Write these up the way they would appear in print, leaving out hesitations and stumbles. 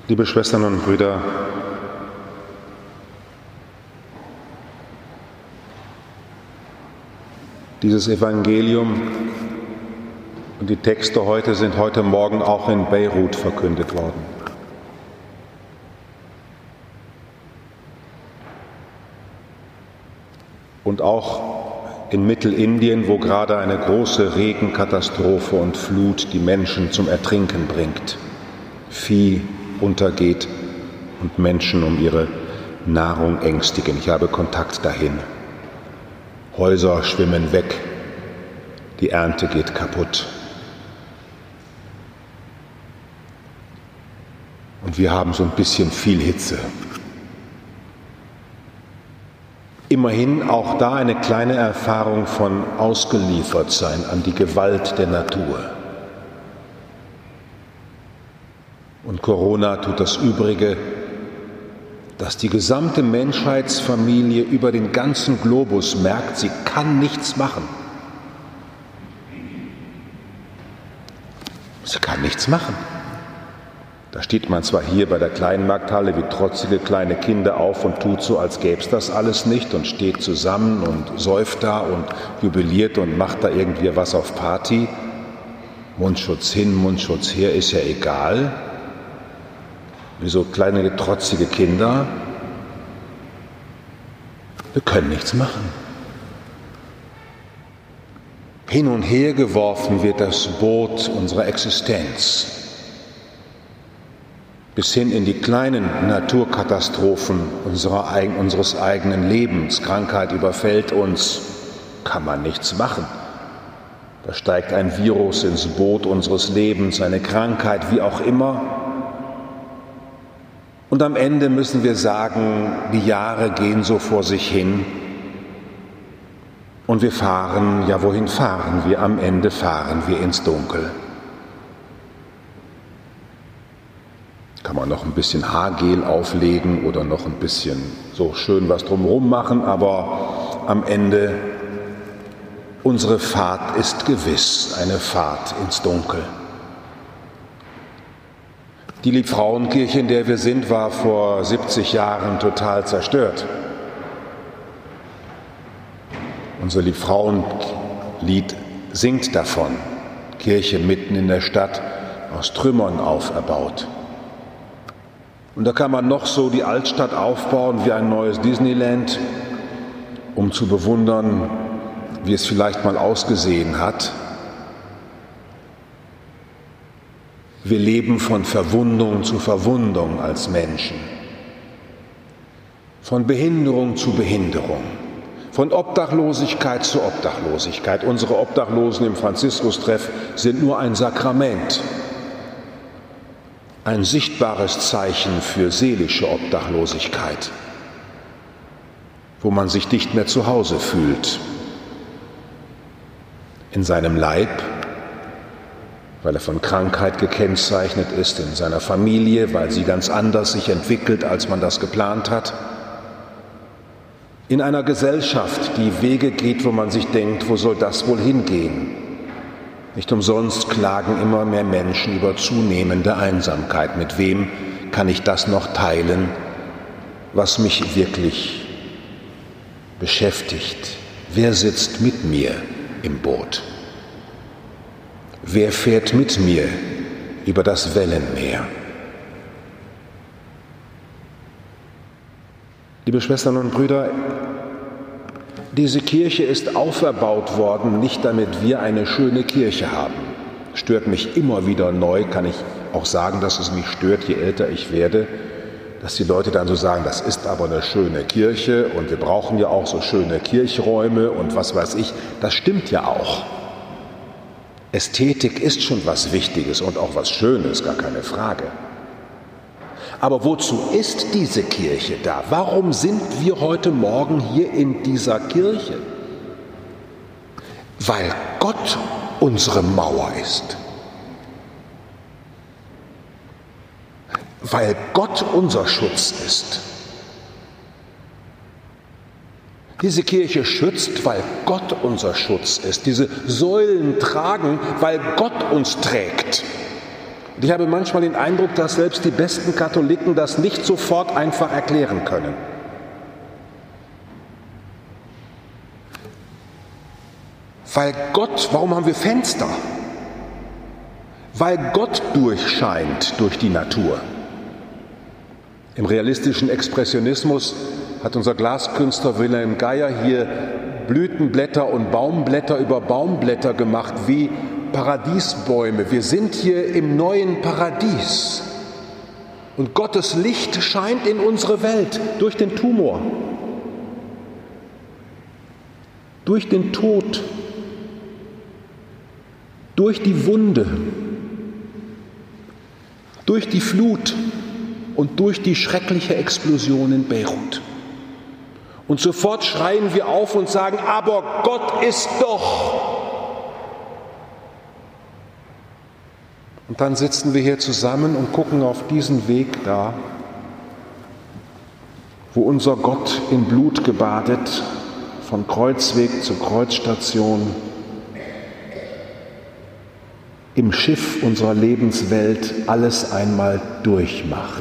Liebe Schwestern und Brüder, dieses Evangelium und die Texte heute sind heute Morgen auch in Beirut verkündet worden. Und auch in Mittelindien, wo gerade eine große Regenkatastrophe und Flut die Menschen zum Ertrinken bringt. Vieh untergeht und Menschen um ihre Nahrung ängstigen. Ich habe Kontakt dahin. Häuser schwimmen weg, die Ernte geht kaputt. Und wir haben so ein bisschen viel Hitze. Immerhin auch da eine kleine Erfahrung von Ausgeliefertsein an die Gewalt der Natur. Und Corona tut das Übrige, dass die gesamte Menschheitsfamilie über den ganzen Globus merkt, sie kann nichts machen. Sie kann nichts machen. Da steht man zwar hier bei der kleinen Markthalle wie trotzige kleine Kinder auf und tut so, als gäbe es das alles nicht und steht zusammen und säuft da und jubiliert und macht da irgendwie was auf Party. Mundschutz hin, Mundschutz her, ist ja egal. Wie so kleine trotzige Kinder. Wir können nichts machen. Hin und her geworfen wird das Boot unserer Existenz. Bis hin in die kleinen Naturkatastrophen unseres eigenen Lebens. Krankheit überfällt uns, kann man nichts machen. Da steigt ein Virus ins Boot unseres Lebens, eine Krankheit, wie auch immer. Und am Ende müssen wir sagen, die Jahre gehen so vor sich hin und wir fahren, ja wohin fahren wir? Am Ende fahren wir ins Dunkel. Kann man noch ein bisschen Haargel auflegen oder noch ein bisschen so schön was drumherum machen, aber am Ende, unsere Fahrt ist gewiss, eine Fahrt ins Dunkel. Die Liebfrauenkirche, in der wir sind, war vor 70 Jahren total zerstört. Unser Liebfrauenlied singt davon. Kirche mitten in der Stadt, aus Trümmern auferbaut. Und da kann man noch so die Altstadt aufbauen wie ein neues Disneyland, um zu bewundern, wie es vielleicht mal ausgesehen hat. Wir leben von Verwundung zu Verwundung als Menschen, von Behinderung zu Behinderung, von Obdachlosigkeit zu Obdachlosigkeit. Unsere Obdachlosen im Franziskus-Treff sind nur ein Sakrament, ein sichtbares Zeichen für seelische Obdachlosigkeit, wo man sich nicht mehr zu Hause fühlt, in seinem Leib, weil er von Krankheit gekennzeichnet ist, in seiner Familie, weil sie ganz anders sich entwickelt, als man das geplant hat. In einer Gesellschaft, die Wege geht, wo man sich denkt, wo soll das wohl hingehen? Nicht umsonst klagen immer mehr Menschen über zunehmende Einsamkeit. Mit wem kann ich das noch teilen, was mich wirklich beschäftigt? Wer sitzt mit mir im Boot? Wer fährt mit mir über das Wellenmeer? Liebe Schwestern und Brüder, diese Kirche ist auferbaut worden, nicht damit wir eine schöne Kirche haben. Stört mich immer wieder neu, kann ich auch sagen, dass es mich stört, je älter ich werde, dass die Leute dann so sagen, das ist aber eine schöne Kirche und wir brauchen ja auch so schöne Kirchräume und was weiß ich. Das stimmt ja auch. Ästhetik ist schon was Wichtiges und auch was Schönes, gar keine Frage. Aber wozu ist diese Kirche da? Warum sind wir heute Morgen hier in dieser Kirche? Weil Gott unsere Mauer ist. Weil Gott unser Schutz ist. Diese Kirche schützt, weil Gott unser Schutz ist. Diese Säulen tragen, weil Gott uns trägt. Und ich habe manchmal den Eindruck, dass selbst die besten Katholiken das nicht sofort einfach erklären können. Weil Gott, warum haben wir Fenster? Weil Gott durchscheint durch die Natur. Im realistischen Expressionismus hat unser Glaskünstler Wilhelm Geier hier Blütenblätter und Baumblätter über Baumblätter gemacht, wie Paradiesbäume. Wir sind hier im neuen Paradies. Und Gottes Licht scheint in unsere Welt durch den Tumor, durch den Tod, durch die Wunde, durch die Flut und durch die schreckliche Explosion in Beirut. Und sofort schreien wir auf und sagen, aber Gott ist doch. Und dann sitzen wir hier zusammen und gucken auf diesen Weg da, wo unser Gott in Blut gebadet, von Kreuzweg zu Kreuzstation, im Schiff unserer Lebenswelt alles einmal durchmacht.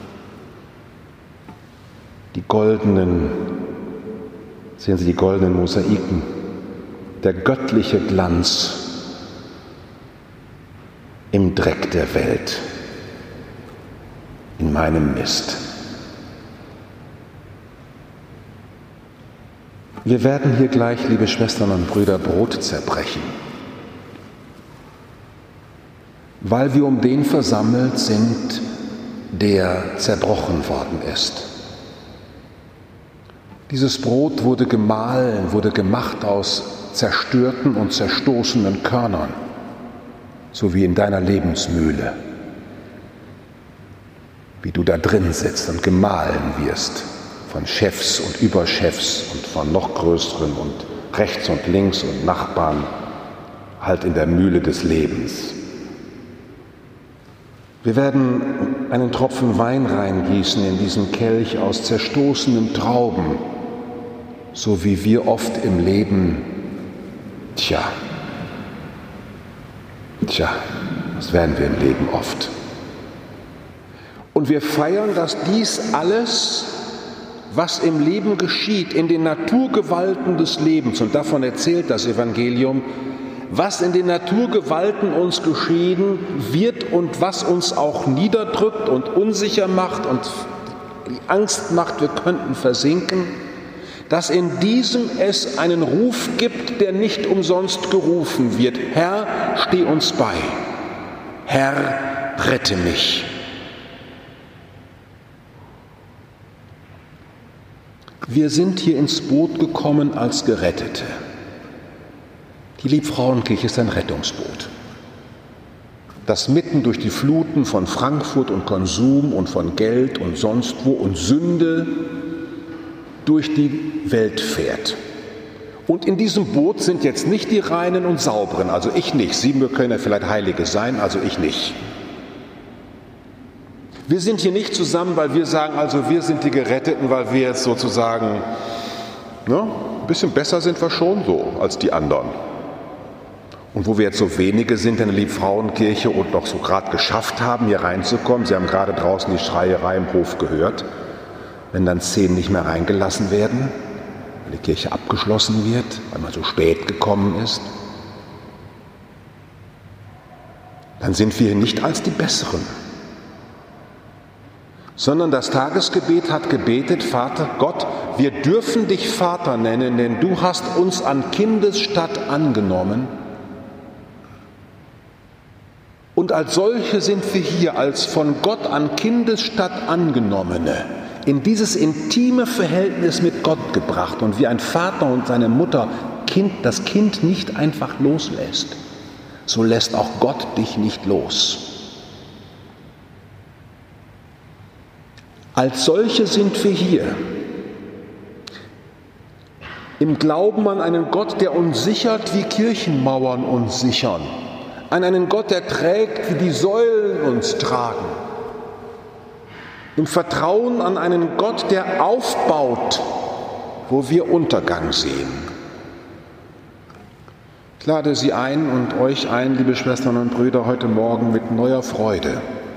Die goldenen, sehen Sie die goldenen Mosaiken, der göttliche Glanz im Dreck der Welt, in meinem Mist. Wir werden hier gleich, liebe Schwestern und Brüder, Brot zerbrechen, weil wir um den versammelt sind, der zerbrochen worden ist. Dieses Brot wurde gemahlen, wurde gemacht aus zerstörten und zerstoßenen Körnern, so wie in deiner Lebensmühle, wie du da drin sitzt und gemahlen wirst von Chefs und Überchefs und von noch größeren und rechts und links und Nachbarn, halt in der Mühle des Lebens. Wir werden einen Tropfen Wein reingießen in diesen Kelch aus zerstoßenen Trauben, so wie wir oft im Leben, das werden wir im Leben oft. Und wir feiern, dass dies alles, was im Leben geschieht, in den Naturgewalten des Lebens, und davon erzählt das Evangelium, was in den Naturgewalten uns geschehen wird und was uns auch niederdrückt und unsicher macht und die Angst macht, wir könnten versinken, dass in diesem es einen Ruf gibt, der nicht umsonst gerufen wird. Herr, steh uns bei. Herr, rette mich. Wir sind hier ins Boot gekommen als Gerettete. Die Liebfrauenkirche ist ein Rettungsboot, das mitten durch die Fluten von Frankfurt und Konsum und von Geld und sonst wo und Sünde durch die Welt fährt. Und in diesem Boot sind jetzt nicht die Reinen und Sauberen, also ich nicht. Sie können ja vielleicht Heilige sein, also ich nicht. Wir sind hier nicht zusammen, weil wir sagen, also wir sind die Geretteten, weil wir jetzt sozusagen, ein bisschen besser sind wir schon so als die anderen. Und wo wir jetzt so wenige sind in der Liebfrauenkirche und noch so gerade geschafft haben, hier reinzukommen, Sie haben gerade draußen die Schreierei im Hof gehört, wenn dann 10 nicht mehr reingelassen werden, weil die Kirche abgeschlossen wird, weil man so spät gekommen ist, dann sind wir hier nicht als die Besseren, sondern das Tagesgebet hat gebetet, Vater Gott, wir dürfen dich Vater nennen, denn du hast uns an Kindesstatt angenommen. Und als solche sind wir hier, als von Gott an Kindesstatt angenommene, in dieses intime Verhältnis mit Gott gebracht und wie ein Vater und seine Mutter das Kind nicht einfach loslässt, so lässt auch Gott dich nicht los. Als solche sind wir hier, im Glauben an einen Gott, der uns sichert, wie Kirchenmauern uns sichern, an einen Gott, der trägt, wie die Säulen uns tragen, im Vertrauen an einen Gott, der aufbaut, wo wir Untergang sehen. Ich lade Sie ein und euch ein, liebe Schwestern und Brüder, heute Morgen mit neuer Freude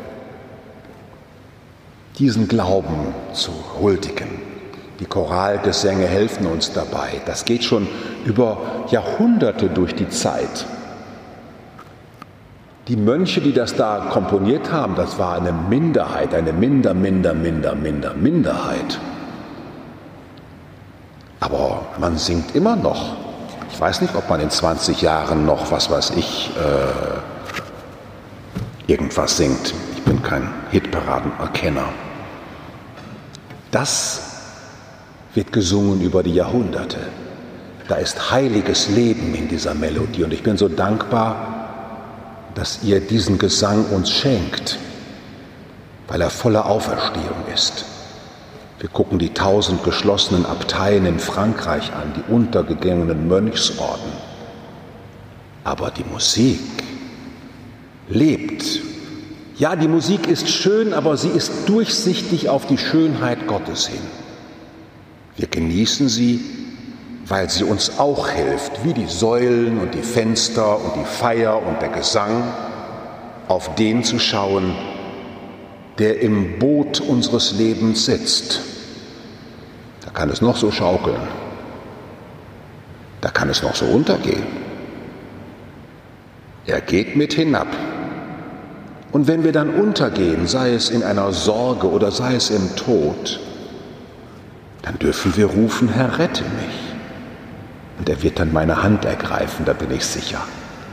diesen Glauben zu huldigen. Die Choralgesänge helfen uns dabei. Das geht schon über Jahrhunderte durch die Zeit. Die Mönche, die das da komponiert haben, das war eine Minderheit, eine Minderheit. Aber man singt immer noch. Ich weiß nicht, ob man in 20 Jahren noch, irgendwas singt. Ich bin kein Hitparadenerkenner. Das wird gesungen über die Jahrhunderte. Da ist heiliges Leben in dieser Melodie. Und ich bin so dankbar, dass ihr diesen Gesang uns schenkt, weil er voller Auferstehung ist. Wir gucken die 1000 geschlossenen Abteien in Frankreich an, die untergegangenen Mönchsorden. Aber die Musik lebt. Ja, die Musik ist schön, aber sie ist durchsichtig auf die Schönheit Gottes hin. Wir genießen sie, weil sie uns auch hilft, wie die Säulen und die Fenster und die Feier und der Gesang, auf den zu schauen, der im Boot unseres Lebens sitzt. Da kann es noch so schaukeln, da kann es noch so untergehen. Er geht mit hinab. Und wenn wir dann untergehen, sei es in einer Sorge oder sei es im Tod, dann dürfen wir rufen, Herr, rette mich. Und er wird dann meine Hand ergreifen, da bin ich sicher.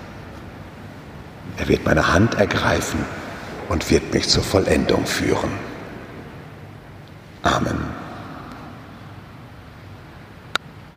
Er wird meine Hand ergreifen und wird mich zur Vollendung führen.